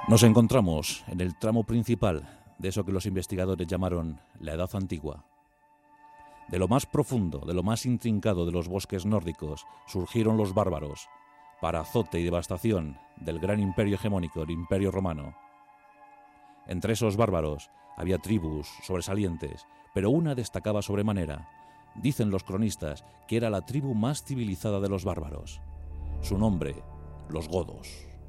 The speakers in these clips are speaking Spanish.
Nos encontramos en el tramo principal de eso que los investigadores llamaron la Edad Antigua. De lo más profundo, de lo más intrincado de los bosques nórdicos, surgieron los bárbaros, para azote y devastación del gran imperio hegemónico, el Imperio Romano. Entre esos bárbaros había tribus sobresalientes, pero una destacaba sobremanera. Dicen los cronistas que era la tribu más civilizada de los bárbaros. Su nombre, los godos.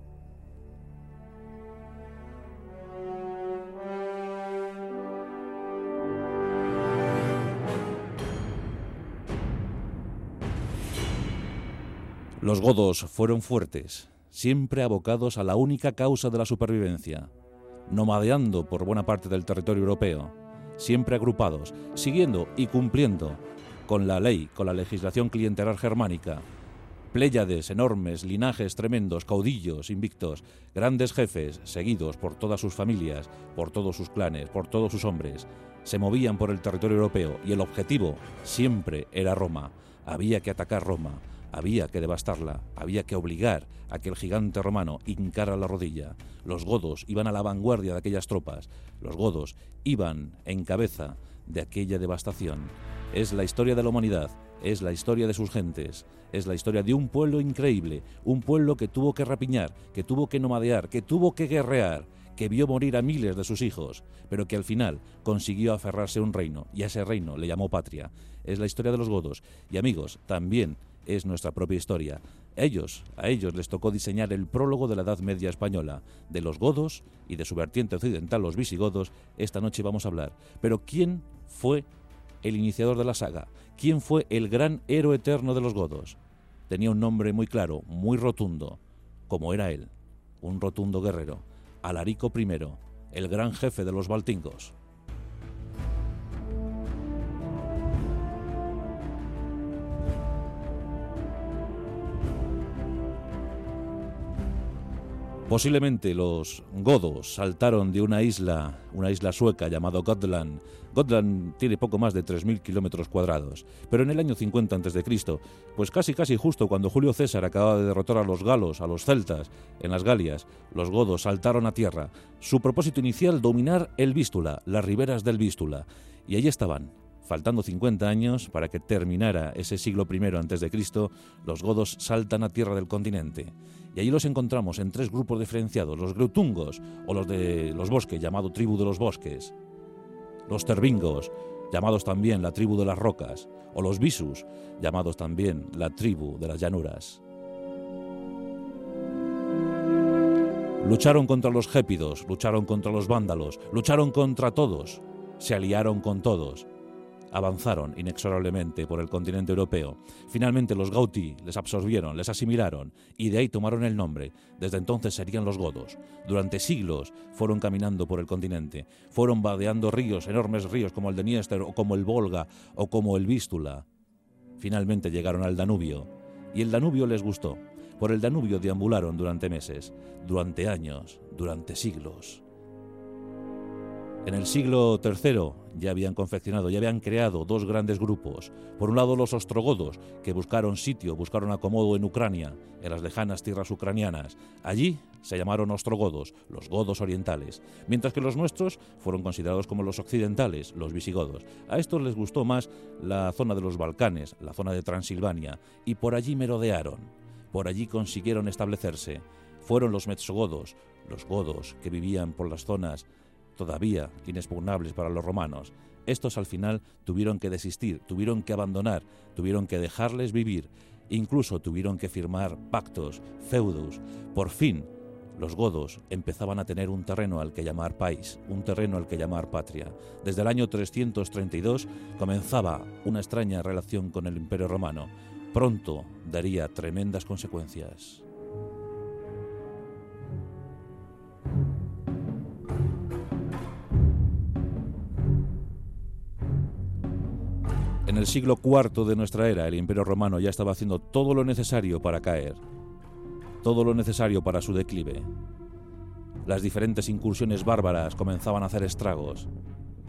Los godos fueron fuertes, siempre abocados a la única causa de la supervivencia, nomadeando por buena parte del territorio europeo, siempre agrupados, siguiendo y cumpliendo con la ley, con la legislación clientelar germánica. Pléyades enormes, linajes tremendos, caudillos invictos, grandes jefes seguidos por todas sus familias, por todos sus clanes, por todos sus hombres, se movían por el territorio europeo y el objetivo siempre era Roma. Había que atacar Roma. Había que devastarla, había que obligar a que el gigante romano hincara la rodilla. Los godos iban a la vanguardia de aquellas tropas. Los godos iban en cabeza de aquella devastación. Es la historia de la humanidad, es la historia de sus gentes, es la historia de un pueblo increíble, un pueblo que tuvo que rapiñar, que tuvo que nomadear, que tuvo que guerrear, que vio morir a miles de sus hijos, pero que al final consiguió aferrarse a un reino, y a ese reino le llamó patria. Es la historia de los godos. Y amigos, también es nuestra propia historia. A ellos les tocó diseñar el prólogo de la Edad Media española. De los godos y de su vertiente occidental, los visigodos, esta noche vamos a hablar. Pero ¿quién fue el iniciador de la saga? ¿Quién fue el gran héroe eterno de los godos? Tenía un nombre muy claro, muy rotundo, como era él, un rotundo guerrero, Alarico I, el gran jefe de los valtingos. Posiblemente los godos saltaron de una isla sueca llamada Gotland. Gotland tiene poco más de 3.000 kilómetros cuadrados, pero en el año 50 a.C., pues casi justo cuando Julio César acababa de derrotar a los galos, a los celtas, en las Galias, los godos saltaron a tierra. Su propósito inicial, dominar el Vístula, las riberas del Vístula, y allí estaban. Faltando 50 años para que terminara ese siglo I a.C., los godos saltan a tierra del continente. Y allí los encontramos en tres grupos diferenciados: los greutungos, o los de los bosques, llamado tribu de los bosques; los tervingos, llamados también la tribu de las rocas; o los visus, llamados también la tribu de las llanuras. Lucharon contra los gépidos, lucharon contra los vándalos, lucharon contra todos, se aliaron con todos. Avanzaron inexorablemente por el continente europeo. Finalmente los Gauti les absorbieron, les asimilaron, y de ahí tomaron el nombre. Desde entonces serían los godos. Durante siglos fueron caminando por el continente, fueron vadeando ríos, enormes ríos como el de Dniester, o como el Volga, o como el Vístula. Finalmente llegaron al Danubio, y el Danubio les gustó. Por el Danubio deambularon durante meses, durante años, durante siglos. En el siglo III ya habían confeccionado, ya habían creado dos grandes grupos. Por un lado los ostrogodos, que buscaron sitio, buscaron acomodo en Ucrania, en las lejanas tierras ucranianas. Allí se llamaron ostrogodos, los godos orientales, mientras que los nuestros fueron considerados como los occidentales, los visigodos. A estos les gustó más la zona de los Balcanes, la zona de Transilvania, y por allí merodearon, por allí consiguieron establecerse. Fueron los metsogodos, los godos que vivían por las zonas todavía inexpugnables para los romanos. Estos al final tuvieron que desistir, tuvieron que abandonar, tuvieron que dejarles vivir, incluso tuvieron que firmar pactos, feudos. Por fin, los godos empezaban a tener un terreno al que llamar país, un terreno al que llamar patria. Desde el año 332 comenzaba una extraña relación con el Imperio Romano. Pronto daría tremendas consecuencias. En el siglo IV de nuestra era, el Imperio Romano ya estaba haciendo todo lo necesario para caer, todo lo necesario para su declive. Las diferentes incursiones bárbaras comenzaban a hacer estragos.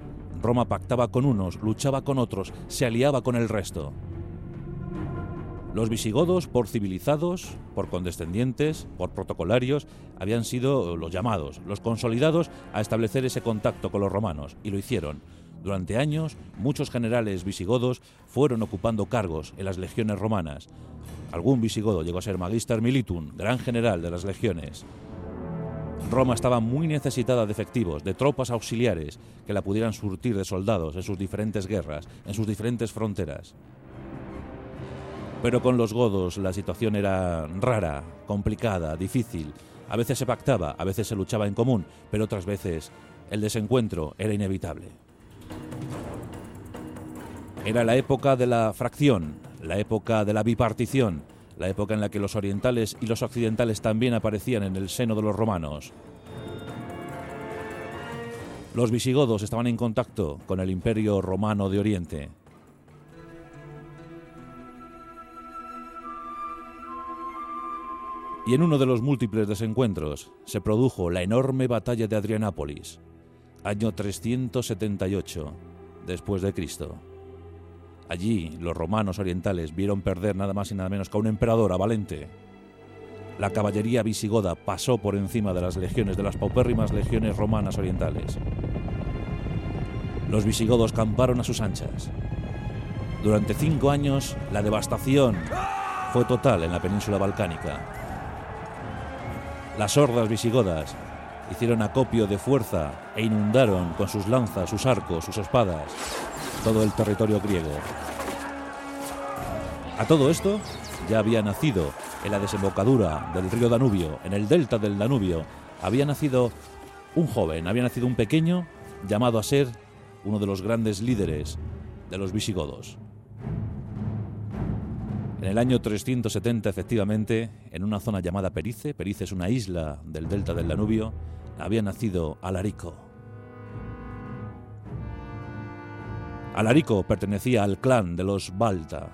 Roma pactaba con unos, luchaba con otros, se aliaba con el resto. Los visigodos, por civilizados, por condescendientes, por protocolarios, habían sido los llamados, los consolidados a establecer ese contacto con los romanos, y lo hicieron. Durante años, muchos generales visigodos fueron ocupando cargos en las legiones romanas. Algún visigodo llegó a ser magister militum, gran general de las legiones. Roma estaba muy necesitada de efectivos, de tropas auxiliares que la pudieran surtir de soldados en sus diferentes guerras, en sus diferentes fronteras. Pero con los godos la situación era rara, complicada, difícil. A veces se pactaba, a veces se luchaba en común, pero otras veces el desencuentro era inevitable. Era la época de la fracción, la época de la bipartición, la época en la que los orientales y los occidentales también aparecían en el seno de los romanos. Los visigodos estaban en contacto con el Imperio Romano de Oriente. Y en uno de los múltiples desencuentros se produjo la enorme batalla de Adrianápolis, año 378 después de Cristo. Allí los romanos orientales vieron perder nada más y nada menos que a un emperador, a Valente. La caballería visigoda pasó por encima de las legiones, de las paupérrimas legiones romanas orientales. Los visigodos camparon a sus anchas. Durante 5 años la devastación fue total en la península balcánica. Las hordas visigodas hicieron acopio de fuerza e inundaron con sus lanzas, sus arcos, sus espadas todo el territorio griego. A todo esto ya había nacido en la desembocadura del río Danubio, en el delta del Danubio, había nacido un joven, había nacido un pequeño llamado a ser uno de los grandes líderes de los visigodos. En el año 370, efectivamente, en una zona llamada Perice, Perice es una isla del delta del Danubio, había nacido Alarico. Alarico pertenecía al clan de los Balta.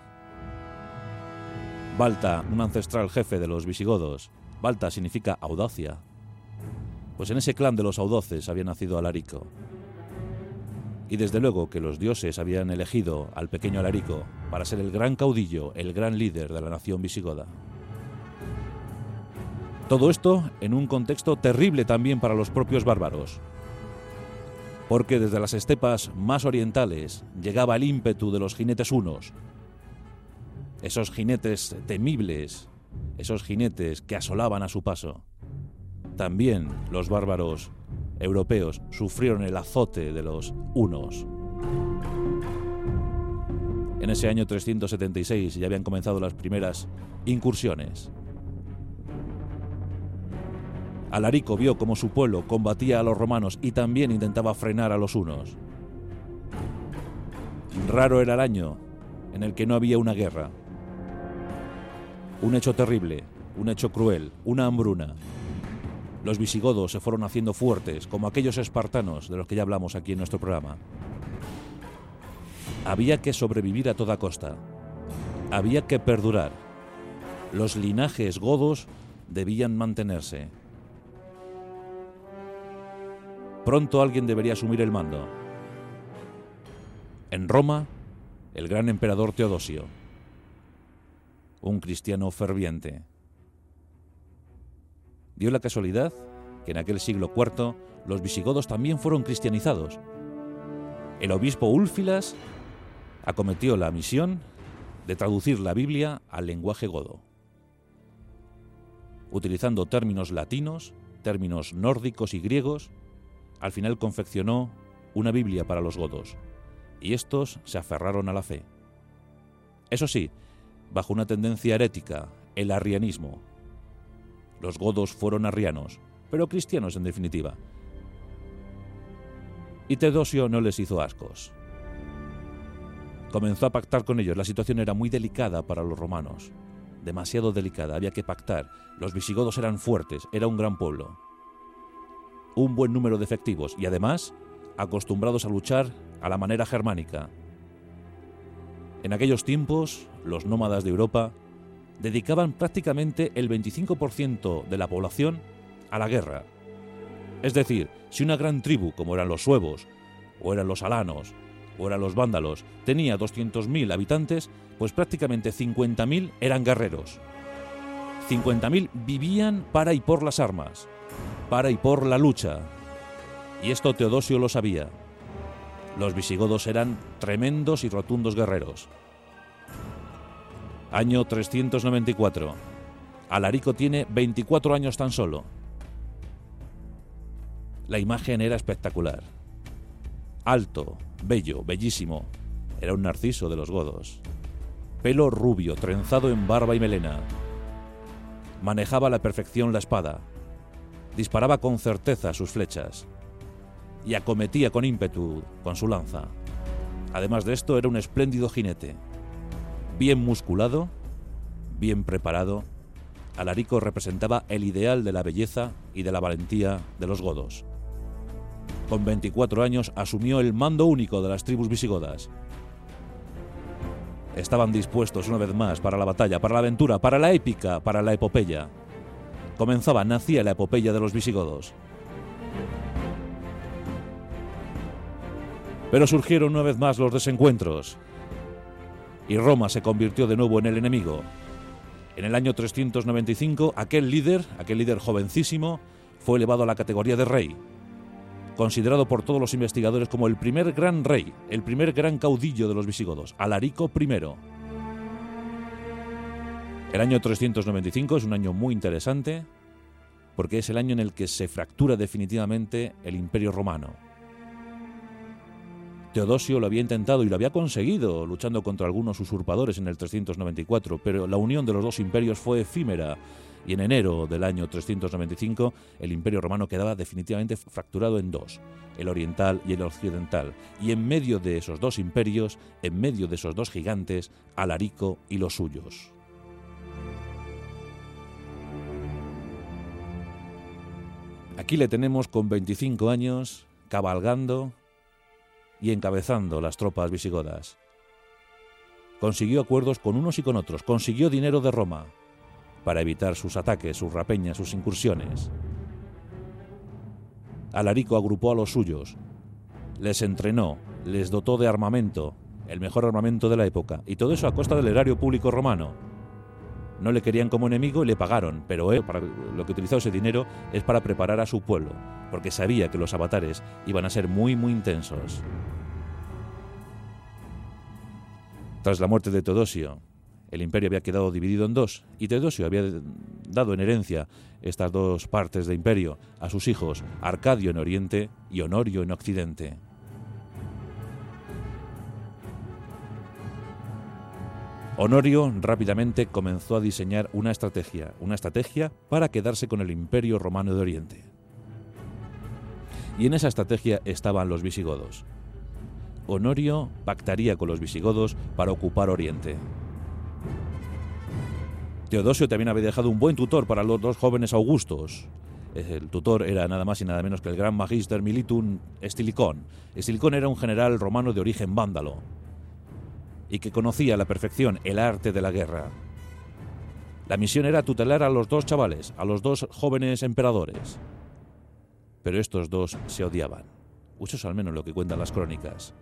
Balta, un ancestral jefe de los visigodos. Balta significa audacia. Pues en ese clan de los audaces había nacido Alarico. Y desde luego que los dioses habían elegido al pequeño Alarico para ser el gran caudillo, el gran líder de la nación visigoda. Todo esto en un contexto terrible también para los propios bárbaros, porque desde las estepas más orientales llegaba el ímpetu de los jinetes hunos, esos jinetes temibles, esos jinetes que asolaban a su paso. También los bárbaros europeos sufrieron el azote de los hunos. En ese año 376 ya habían comenzado las primeras incursiones. Alarico vio cómo su pueblo combatía a los romanos y también intentaba frenar a los hunos. Raro era el año en el que no había una guerra. Un hecho terrible, un hecho cruel, una hambruna. Los visigodos se fueron haciendo fuertes, como aquellos espartanos de los que ya hablamos aquí en nuestro programa. Había que sobrevivir a toda costa. Había que perdurar. Los linajes godos debían mantenerse. Pronto alguien debería asumir el mando. En Roma, el gran emperador Teodosio, un cristiano ferviente. Dio la casualidad que en aquel siglo IV los visigodos también fueron cristianizados. El obispo Úlfilas acometió la misión de traducir la Biblia al lenguaje godo, utilizando términos latinos, términos nórdicos y griegos. Al final confeccionó una Biblia para los godos, y estos se aferraron a la fe. Eso sí, bajo una tendencia herética, el arrianismo. Los godos fueron arrianos, pero cristianos en definitiva. Y Teodosio no les hizo ascos. Comenzó a pactar con ellos. La situación era muy delicada para los romanos, demasiado delicada, había que pactar. Los visigodos eran fuertes, era un gran pueblo, un buen número de efectivos y además acostumbrados a luchar a la manera germánica. En aquellos tiempos, los nómadas de Europa dedicaban prácticamente el 25% de la población a la guerra. Es decir, si una gran tribu, como eran los suevos o eran los alanos, o eran los vándalos, tenía 200.000 habitantes, pues prácticamente 50.000 eran guerreros. 50.000 vivían para y por las armas, para y por la lucha. Y esto Teodosio lo sabía. Los visigodos eran tremendos y rotundos guerreros. Año 394. Alarico tiene 24 años tan solo. La imagen era espectacular. Alto, bello, bellísimo. Era un narciso de los godos. Pelo rubio, trenzado en barba y melena. Manejaba a la perfección la espada. Disparaba con certeza sus flechas. Y acometía con ímpetu con su lanza. Además de esto, era un espléndido jinete. Bien musculado, bien preparado, Alarico representaba el ideal de la belleza y de la valentía de los godos. Con 24 años asumió el mando único de las tribus visigodas. Estaban dispuestos una vez más para la batalla, para la aventura, para la épica, para la epopeya. Nacía la epopeya de los visigodos. Pero surgieron una vez más los desencuentros y Roma se convirtió de nuevo en el enemigo. En el año 395, aquel líder jovencísimo, fue elevado a la categoría de rey, considerado por todos los investigadores como el primer gran rey, el primer gran caudillo de los visigodos, Alarico I. El año 395 es un año muy interesante porque es el año en el que se fractura definitivamente el Imperio Romano. Teodosio lo había intentado y lo había conseguido luchando contra algunos usurpadores en el 394, pero la unión de los dos imperios fue efímera y en enero del año 395 el Imperio Romano quedaba definitivamente fracturado en dos, el oriental y el occidental, y en medio de esos dos imperios, en medio de esos dos gigantes, Alarico y los suyos. Aquí le tenemos con 25 años, cabalgando y encabezando las tropas visigodas. Consiguió acuerdos con unos y con otros, consiguió dinero de Roma para evitar sus ataques, sus rapeñas, sus incursiones. Alarico agrupó a los suyos, les entrenó, les dotó de armamento, el mejor armamento de la época, y todo eso a costa del erario público romano. No le querían como enemigo y le pagaron, pero él, para lo que utilizó ese dinero, es para preparar a su pueblo, porque sabía que los avatares iban a ser muy, muy intensos. Tras la muerte de Teodosio, el imperio había quedado dividido en dos, y Teodosio había dado en herencia estas dos partes de imperio a sus hijos, Arcadio en Oriente y Honorio en Occidente. Honorio rápidamente comenzó a diseñar una estrategia para quedarse con el Imperio Romano de Oriente. Y en esa estrategia estaban los visigodos. Honorio pactaría con los visigodos para ocupar Oriente. Teodosio también había dejado un buen tutor para los dos jóvenes augustos. El tutor era nada más y nada menos que el gran Magister Militum Estilicón. Estilicón era un general romano de origen vándalo y que conocía a la perfección el arte de la guerra. La misión era tutelar a los dos chavales, a los dos jóvenes emperadores. Pero estos dos se odiaban. Eso es al menos lo que cuentan las crónicas.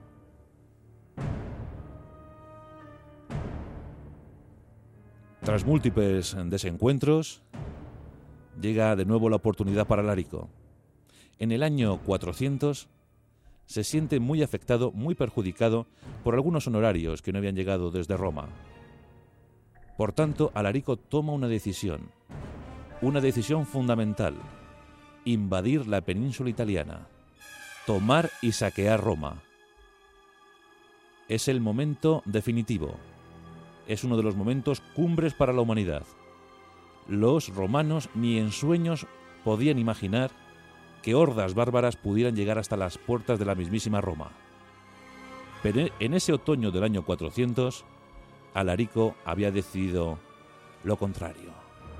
Tras múltiples desencuentros, llega de nuevo la oportunidad para Alarico. En el año 400 se siente muy afectado, muy perjudicado por algunos honorarios que no habían llegado desde Roma. Por tanto, Alarico toma una decisión fundamental: invadir la península italiana, tomar y saquear Roma. Es el momento definitivo. Es uno de los momentos cumbres para la humanidad. Los romanos ni en sueños podían imaginar que hordas bárbaras pudieran llegar hasta las puertas de la mismísima Roma. Pero en ese otoño del año 400, Alarico había decidido lo contrario.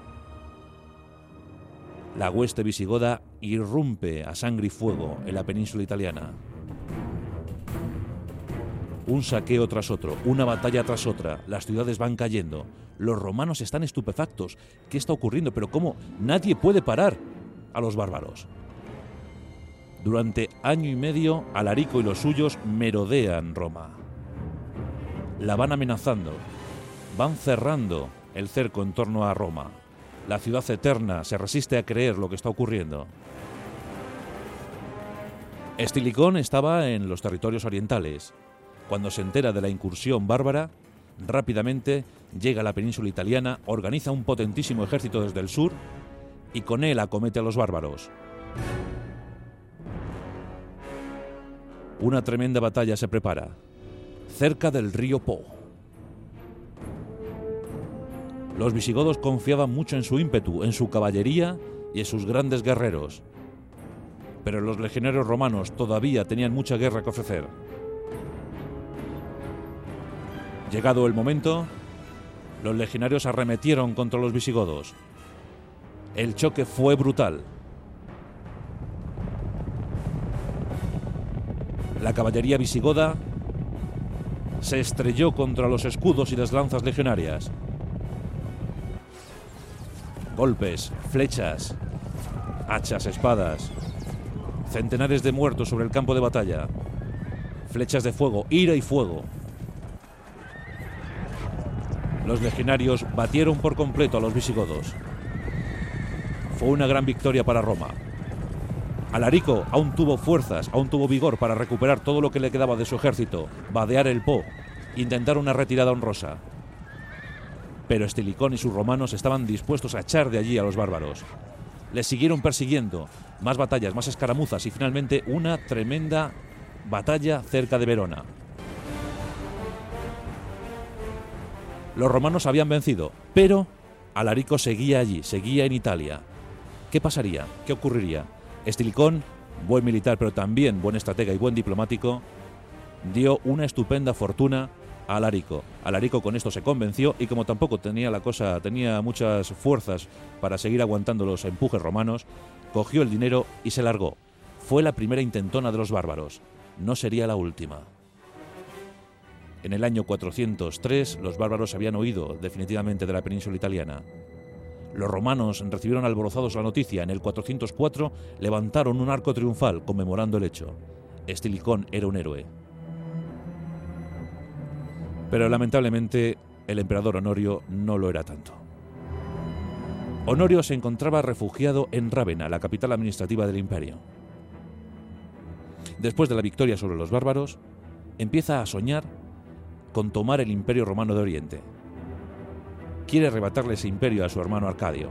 La hueste visigoda irrumpe a sangre y fuego en la península italiana. Un saqueo tras otro, una batalla tras otra, las ciudades van cayendo. Los romanos están estupefactos. ¿Qué está ocurriendo? ¿Pero cómo? Nadie puede parar a los bárbaros. Durante año y medio, Alarico y los suyos merodean Roma. La van amenazando, van cerrando el cerco en torno a Roma. La ciudad eterna se resiste a creer lo que está ocurriendo. Estilicón estaba en los territorios orientales. Cuando se entera de la incursión bárbara, rápidamente llega a la península italiana, organiza un potentísimo ejército desde el sur y con él acomete a los bárbaros. Una tremenda batalla se prepara, cerca del río Po. Los visigodos confiaban mucho en su ímpetu, en su caballería y en sus grandes guerreros. Pero los legionarios romanos todavía tenían mucha guerra que ofrecer. Llegado el momento, los legionarios arremetieron contra los visigodos. El choque fue brutal. La caballería visigoda se estrelló contra los escudos y las lanzas legionarias. Golpes, flechas, hachas, espadas, centenares de muertos sobre el campo de batalla, flechas de fuego, ira y fuego. Los legionarios batieron por completo a los visigodos. Fue una gran victoria para Roma. Alarico aún tuvo fuerzas, aún tuvo vigor para recuperar todo lo que le quedaba de su ejército, vadear el Po, intentar una retirada honrosa. Pero Estilicón y sus romanos estaban dispuestos a echar de allí a los bárbaros. Les siguieron persiguiendo, más batallas, más escaramuzas y finalmente una tremenda batalla cerca de Verona. Los romanos habían vencido, pero Alarico seguía allí, seguía en Italia. ¿Qué pasaría? ¿Qué ocurriría? Estilicón, buen militar pero también buen estratega y buen diplomático, dio una estupenda fortuna a Alarico. Alarico con esto se convenció y como tampoco tenía muchas fuerzas para seguir aguantando los empujes romanos, cogió el dinero y se largó. Fue la primera intentona de los bárbaros. No sería la última. En el año 403 los bárbaros habían huido definitivamente de la península italiana. Los romanos recibieron alborozados la noticia. En el 404 levantaron un arco triunfal conmemorando el hecho. Estilicón era un héroe. Pero lamentablemente el emperador Honorio no lo era tanto. Honorio se encontraba refugiado en Rávena, la capital administrativa del imperio. Después de la victoria sobre los bárbaros, empieza a soñar con tomar el imperio romano de Oriente. Quiere arrebatarle ese imperio a su hermano Arcadio.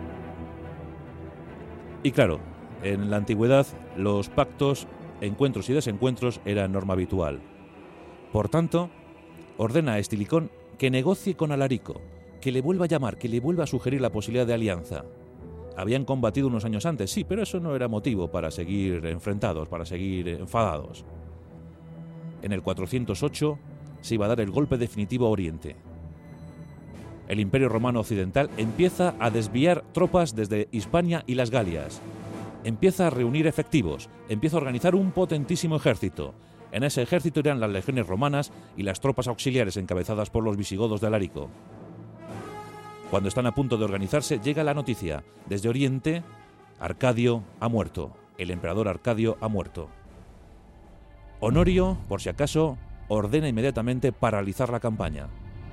Y claro, en la antigüedad los pactos, encuentros y desencuentros eran norma habitual. Por tanto, ordena a Estilicón que negocie con Alarico, que le vuelva a llamar, que le vuelva a sugerir la posibilidad de alianza. Habían combatido unos años antes, sí, pero eso no era motivo para seguir enfrentados, para seguir enfadados. En el 408 se iba a dar el golpe definitivo a Oriente. El Imperio Romano Occidental empieza a desviar tropas desde Hispania y las Galias. Empieza a reunir efectivos, empieza a organizar un potentísimo ejército. En ese ejército irán las legiones romanas y las tropas auxiliares encabezadas por los visigodos de Alarico. Cuando están a punto de organizarse, llega la noticia. Desde Oriente, Arcadio ha muerto. El emperador Arcadio ha muerto. Honorio, por si acaso, ordena inmediatamente paralizar la campaña.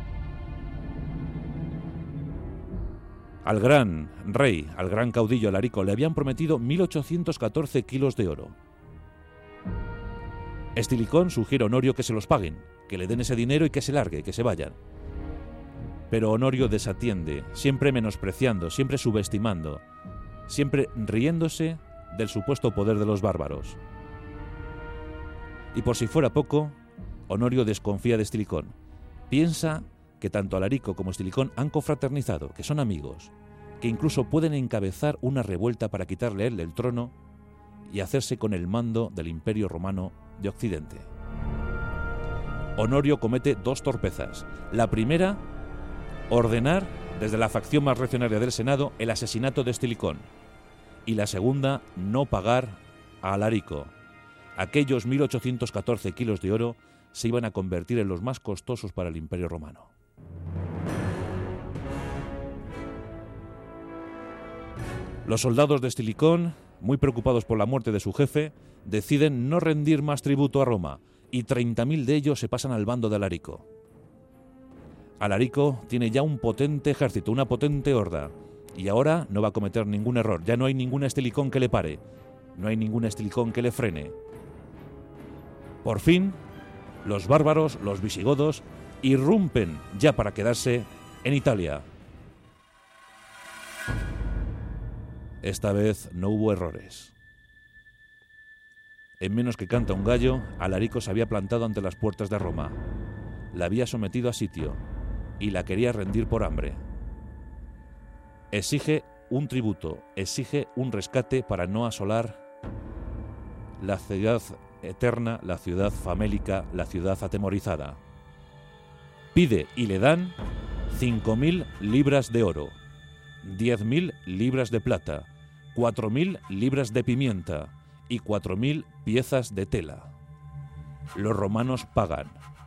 Al gran rey, al gran caudillo Alarico, le habían prometido 1.814 kilos de oro. Estilicón sugiere a Honorio que se los paguen, que le den ese dinero y que se largue, que se vayan. Pero Honorio desatiende, siempre menospreciando, siempre subestimando, siempre riéndose del supuesto poder de los bárbaros. Y por si fuera poco, Honorio desconfía de Estilicón. Piensa que tanto Alarico como Estilicón han confraternizado, que son amigos, que incluso pueden encabezar una revuelta para quitarle a él el trono y hacerse con el mando del Imperio Romano de Occidente. Honorio comete dos torpezas. La primera, ordenar desde la facción más reaccionaria del Senado el asesinato de Estilicón. Y la segunda, no pagar a Alarico. Aquellos 1.814 kilos de oro se iban a convertir en los más costosos para el Imperio Romano. Los soldados de Estilicón muy preocupados por la muerte de su jefe, deciden no rendir más tributo a Roma y 30.000 de ellos se pasan al bando de Alarico. Alarico tiene ya un potente ejército, una potente horda, y ahora no va a cometer ningún error. Ya no hay ningún estilicón que le pare, no hay ningún estilicón que le frene. Por fin, los bárbaros, los visigodos, irrumpen ya para quedarse en Italia. Esta vez no hubo errores. En menos que canta un gallo, Alarico se había plantado ante las puertas de Roma. La había sometido a sitio y la quería rendir por hambre. Exige un tributo, exige un rescate para no asolar la ciudad eterna, la ciudad famélica, la ciudad atemorizada. Pide y le dan 5.000 libras de oro, 10.000 libras de plata, 4.000 libras de pimienta y 4.000 piezas de tela. Los romanos pagan.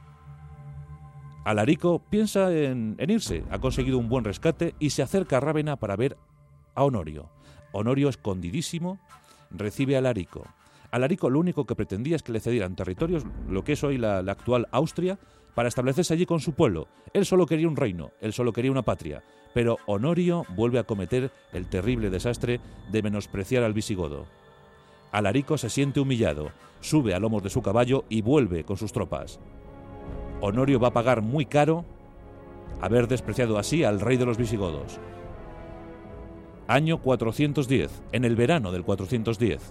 Alarico piensa en irse, ha conseguido un buen rescate y se acerca a Rávena para ver a Honorio. Honorio, escondidísimo, recibe a Alarico. Alarico lo único que pretendía es que le cedieran territorios, lo que es hoy la actual Austria, para establecerse allí con su pueblo. Él solo quería un reino, él solo quería una patria. Pero Honorio vuelve a cometer el terrible desastre de menospreciar al visigodo. Alarico se siente humillado, sube a lomos de su caballo y vuelve con sus tropas. Honorio va a pagar muy caro haber despreciado así al rey de los visigodos. Año 410, en el verano del 410.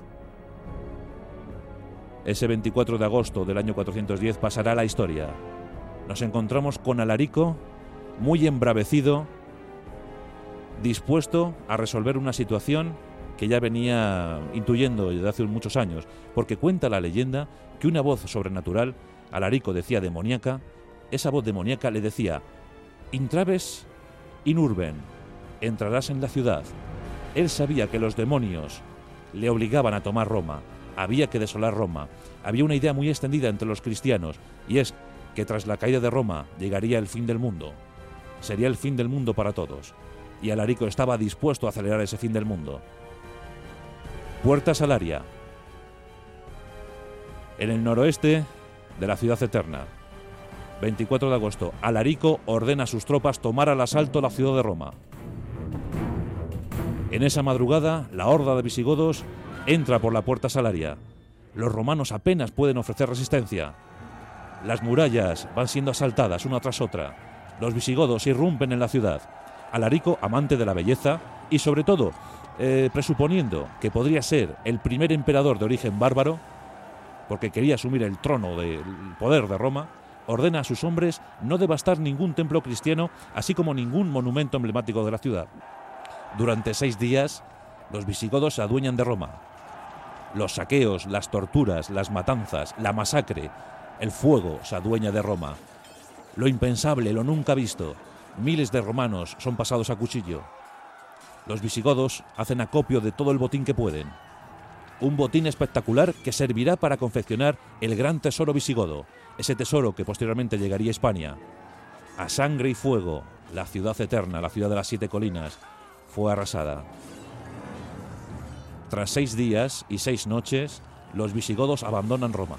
Ese 24 de agosto del año 410 pasará a la historia. Nos encontramos con Alarico, muy embravecido, dispuesto a resolver una situación que ya venía intuyendo desde hace muchos años, porque cuenta la leyenda que una voz sobrenatural, Alarico decía demoníaca, esa voz demoníaca le decía: «Intraves in urben», entrarás en la ciudad. Él sabía que los demonios le obligaban a tomar Roma, había que desolar Roma. Había una idea muy extendida entre los cristianos, y es que tras la caída de Roma llegaría el fin del mundo. Sería el fin del mundo para todos, y Alarico estaba dispuesto a acelerar ese fin del mundo. Puerta Salaria, en el noroeste de la ciudad eterna. 24 de agosto, Alarico ordena a sus tropas tomar al asalto la ciudad de Roma. En esa madrugada, la horda de visigodos entra por la Puerta Salaria. Los romanos apenas pueden ofrecer resistencia. Las murallas van siendo asaltadas una tras otra. Los visigodos irrumpen en la ciudad. Alarico, amante de la belleza y sobre todo presuponiendo que podría ser el primer emperador de origen bárbaro, porque quería asumir el trono del poder de Roma, ordena a sus hombres no devastar ningún templo cristiano, así como ningún monumento emblemático de la ciudad. Durante 6 días, los visigodos se adueñan de Roma. Los saqueos, las torturas, las matanzas, la masacre, el fuego se adueña de Roma. Lo impensable, lo nunca visto. Miles de romanos son pasados a cuchillo. Los visigodos hacen acopio de todo el botín que pueden. Un botín espectacular que servirá para confeccionar el gran tesoro visigodo, ese tesoro que posteriormente llegaría a España. A sangre y fuego, la ciudad eterna, la ciudad de las 7 colinas, fue arrasada. Tras 6 días y 6 noches, los visigodos abandonan Roma.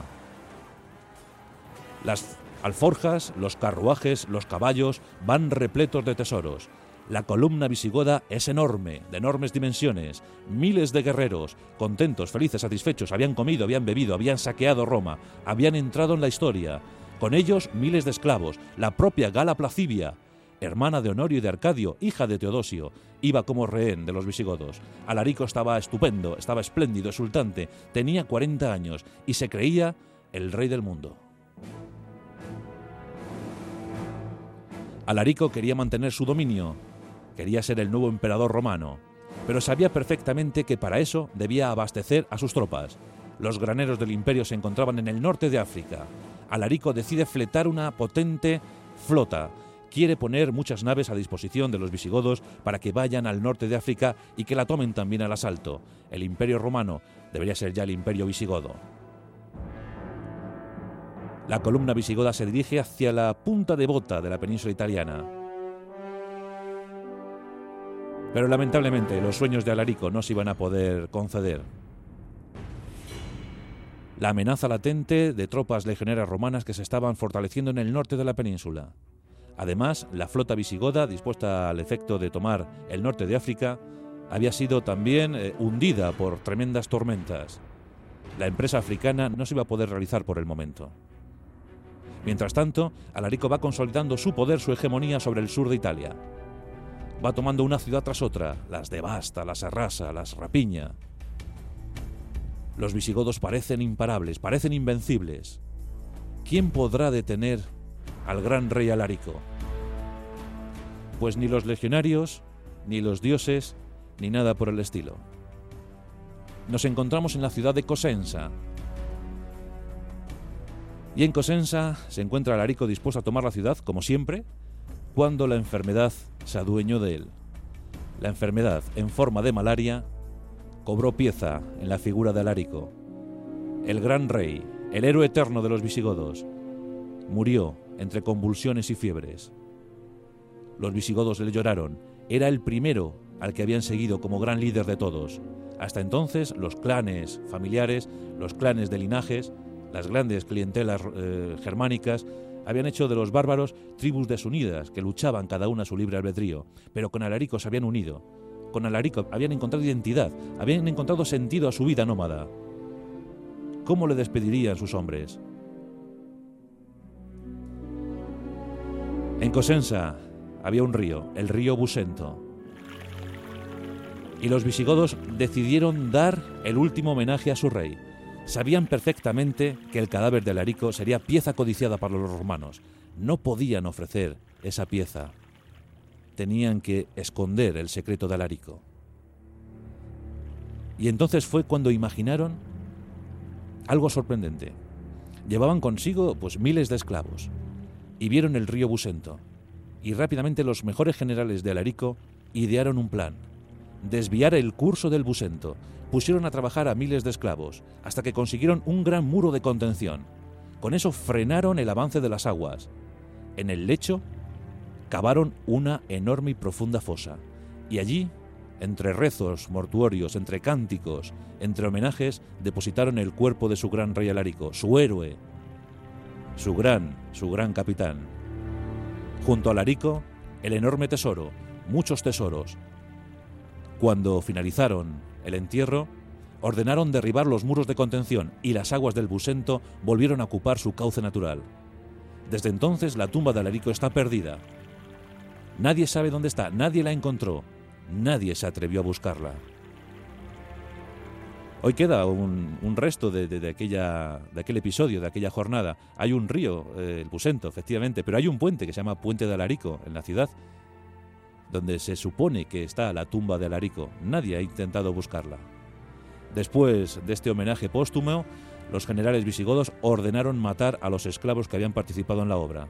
Las alforjas, los carruajes, los caballos van repletos de tesoros. La columna visigoda es enorme, de enormes dimensiones. Miles de guerreros, contentos, felices, satisfechos, habían comido, habían bebido, habían saqueado Roma, habían entrado en la historia. Con ellos miles de esclavos, la propia Gala Placivia, hermana de Honorio y de Arcadio, hija de Teodosio, iba como rehén de los visigodos. Alarico estaba estupendo, estaba espléndido, exultante, tenía 40 años y se creía el rey del mundo. Alarico quería mantener su dominio, quería ser el nuevo emperador romano, pero sabía perfectamente que para eso debía abastecer a sus tropas. Los graneros del imperio se encontraban en el norte de África. Alarico decide fletar una potente flota. Quiere poner muchas naves a disposición de los visigodos para que vayan al norte de África y que la tomen también al asalto. El imperio romano debería ser ya el imperio visigodo. La columna visigoda se dirige hacia la punta de bota de la península italiana. Pero lamentablemente los sueños de Alarico no se iban a poder conceder. La amenaza latente de tropas legionarias romanas que se estaban fortaleciendo en el norte de la península. Además, la flota visigoda, dispuesta al efecto de tomar el norte de África, había sido también hundida por tremendas tormentas. La empresa africana no se iba a poder realizar por el momento. Mientras tanto, Alarico va consolidando su poder, su hegemonía sobre el sur de Italia. Va tomando una ciudad tras otra, las devasta, las arrasa, las rapiña. Los visigodos parecen imparables, parecen invencibles. ¿Quién podrá detener al gran rey Alarico? Pues ni los legionarios, ni los dioses, ni nada por el estilo. Nos encontramos en la ciudad de Cosenza. Y en Cosenza se encuentra Alarico dispuesto a tomar la ciudad, como siempre, cuando la enfermedad se adueñó de él. La enfermedad, en forma de malaria, cobró pieza en la figura de Alarico. El gran rey, el héroe eterno de los visigodos, murió entre convulsiones y fiebres. Los visigodos le lloraron. Era el primero al que habían seguido como gran líder de todos. Hasta entonces, los clanes familiares, los clanes de linajes, las grandes clientelas germánicas, habían hecho de los bárbaros tribus desunidas que luchaban cada una a su libre albedrío, pero con Alarico se habían unido. Con Alarico habían encontrado identidad, habían encontrado sentido a su vida nómada. ¿Cómo le despedirían sus hombres? En Cosenza había un río, el río Busento. Y los visigodos decidieron dar el último homenaje a su rey. Sabían perfectamente que el cadáver de Alarico sería pieza codiciada para los romanos. No podían ofrecer esa pieza. Tenían que esconder el secreto de Alarico. Y entonces fue cuando imaginaron algo sorprendente. Llevaban consigo miles de esclavos y vieron el río Busento. Y rápidamente los mejores generales de Alarico idearon un plan: desviar el curso del Busento. Pusieron a trabajar a miles de esclavos hasta que consiguieron un gran muro de contención. Con eso frenaron el avance de las aguas. En el lecho cavaron una enorme y profunda fosa, y allí, entre rezos mortuorios, entre cánticos, entre homenajes, depositaron el cuerpo de su gran rey Alarico, su héroe, su gran capitán. Junto a Alarico, el enorme tesoro, muchos tesoros. Cuando finalizaron el entierro, ordenaron derribar los muros de contención y las aguas del Busento volvieron a ocupar su cauce natural. Desde entonces la tumba de Alarico está perdida. Nadie sabe dónde está, nadie la encontró, nadie se atrevió a buscarla. Hoy queda un resto de aquel episodio, de aquella jornada. Hay un río, el Busento, efectivamente, pero hay un puente que se llama Puente de Alarico en la ciudad, donde se supone que está la tumba de Alarico. Nadie ha intentado buscarla. Después de este homenaje póstumo, los generales visigodos ordenaron matar a los esclavos que habían participado en la obra.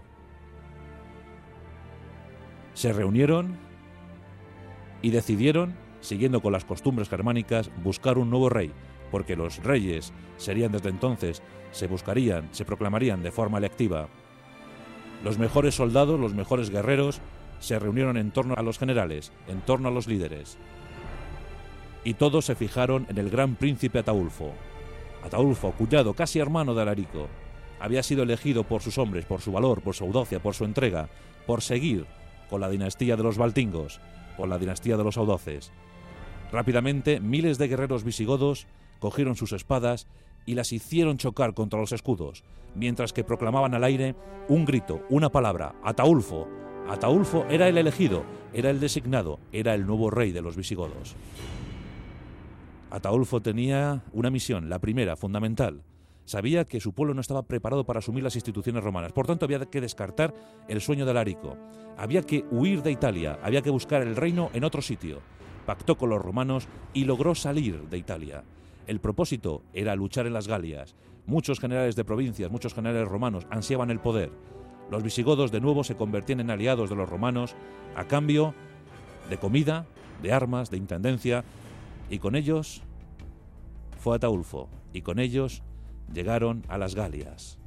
Se reunieron y decidieron, siguiendo con las costumbres germánicas, buscar un nuevo rey, porque los reyes serían desde entonces, se proclamarían de forma electiva. Los mejores soldados, los mejores guerreros, se reunieron en torno a los generales, en torno a los líderes. Y todos se fijaron en el gran príncipe Ataulfo. Ataulfo, cuñado, casi hermano de Alarico, había sido elegido por sus hombres, por su valor, por su audacia, por su entrega, por seguir con la dinastía de los Valtingos, con la dinastía de los audaces. Rápidamente, miles de guerreros visigodos cogieron sus espadas y las hicieron chocar contra los escudos, mientras que proclamaban al aire un grito, una palabra: Ataulfo. Ataulfo era el elegido, era el designado, era el nuevo rey de los visigodos. Ataulfo tenía una misión, la primera, fundamental. Sabía que su pueblo no estaba preparado para asumir las instituciones romanas, por tanto había que descartar el sueño de Alarico. Había que huir de Italia, había que buscar el reino en otro sitio. Pactó con los romanos y logró salir de Italia. El propósito era luchar en las Galias. Muchos generales de provincias, muchos generales romanos ansiaban el poder. Los visigodos de nuevo se convertían en aliados de los romanos a cambio de comida, de armas, de intendencia, y con ellos fue Ataulfo, y con ellos llegaron a las Galias.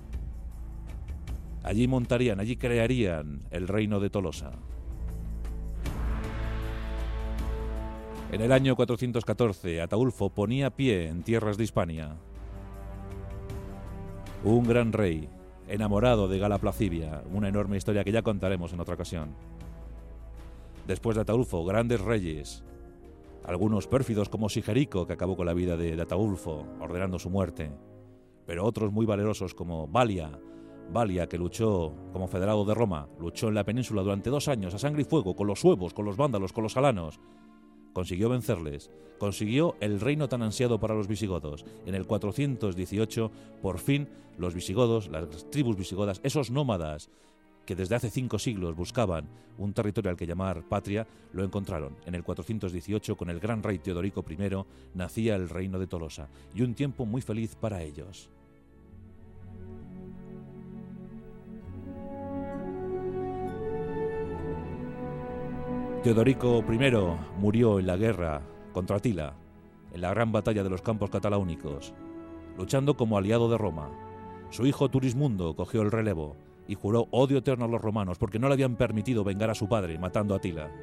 Allí montarían, allí crearían el reino de Tolosa. En el año 414, Ataulfo ponía pie en tierras de Hispania. Un gran rey, enamorado de Gala Placibia, una enorme historia que ya contaremos en otra ocasión. Después de Ataulfo, grandes reyes, algunos pérfidos como Sigerico, que acabó con la vida de Ataulfo, ordenando su muerte, pero otros muy valerosos como Balia, que luchó como federado de Roma, luchó en la península durante 2 años a sangre y fuego con los suevos, con los vándalos, con los alanos. Consiguió vencerles, consiguió el reino tan ansiado para los visigodos. En el 418, por fin, los visigodos, las tribus visigodas, esos nómadas que desde hace 5 siglos buscaban un territorio al que llamar patria, lo encontraron. En el 418, con el gran rey Teodorico I, nacía el reino de Tolosa, y un tiempo muy feliz para ellos. Teodorico I murió en la guerra contra Atila, en la gran batalla de los Campos Cataláunicos, luchando como aliado de Roma. Su hijo Turismundo cogió el relevo y juró odio eterno a los romanos porque no le habían permitido vengar a su padre matando a Atila.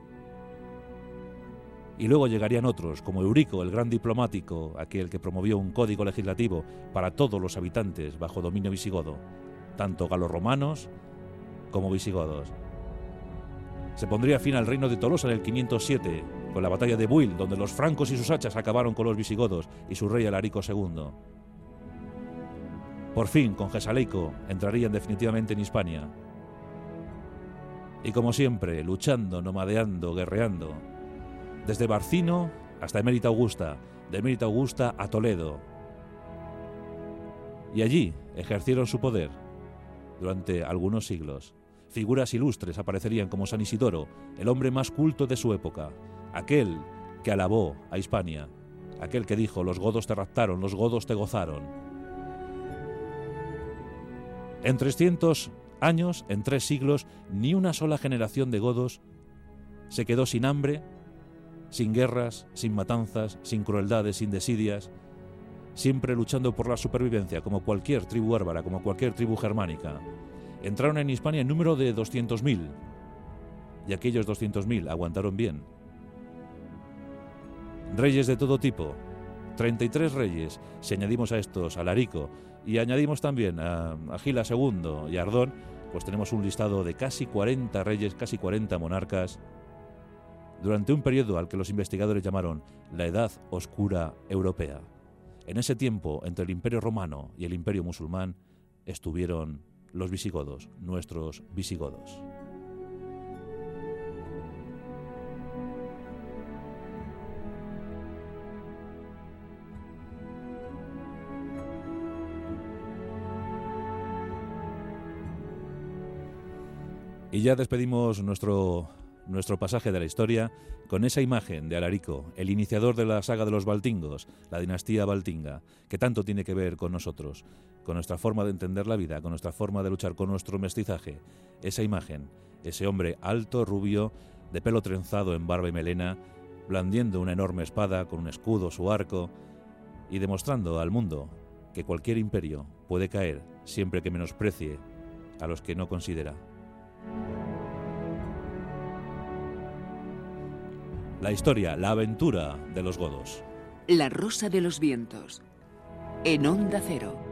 Y luego llegarían otros, como Eurico, el gran diplomático, aquel que promovió un código legislativo para todos los habitantes bajo dominio visigodo, tanto galorromanos como visigodos. Se pondría fin al reino de Tolosa en el 507, con la batalla de Buil, donde los francos y sus hachas acabaron con los visigodos y su rey Alarico II. Por fin, con Gesaleico, entrarían definitivamente en Hispania. Y como siempre, luchando, nomadeando, guerreando, desde Barcino hasta Emérita Augusta, de Emérita Augusta a Toledo. Y allí ejercieron su poder durante algunos siglos. Figuras ilustres aparecerían como San Isidoro, el hombre más culto de su época, aquel que alabó a Hispania, aquel que dijo: los godos te raptaron, los godos te gozaron. En 300 años, en 3 siglos, ni una sola generación de godos se quedó sin hambre, sin guerras, sin matanzas, sin crueldades, sin desidias, siempre luchando por la supervivencia, como cualquier tribu bárbara, como cualquier tribu germánica. Entraron en Hispania en número de 200.000, y aquellos 200.000 aguantaron bien. Reyes de todo tipo, 33 reyes, si añadimos a estos a Alarico, y añadimos también a Gila II y a Ardón, pues tenemos un listado de casi 40 reyes, casi 40 monarcas, durante un periodo al que los investigadores llamaron la Edad Oscura Europea. En ese tiempo, entre el Imperio Romano y el Imperio Musulmán, estuvieron los visigodos, nuestros visigodos. Y ya despedimos nuestro pasaje de la historia con esa imagen de Alarico, el iniciador de la saga de los Valtingos, la dinastía valtinga, que tanto tiene que ver con nosotros, con nuestra forma de entender la vida, con nuestra forma de luchar, con nuestro mestizaje. Esa imagen, ese hombre alto, rubio, de pelo trenzado en barba y melena, blandiendo una enorme espada con un escudo, su arco, y demostrando al mundo que cualquier imperio puede caer siempre que menosprecie a los que no considera. La historia, la aventura de los godos. La Rosa de los Vientos, en Onda Cero.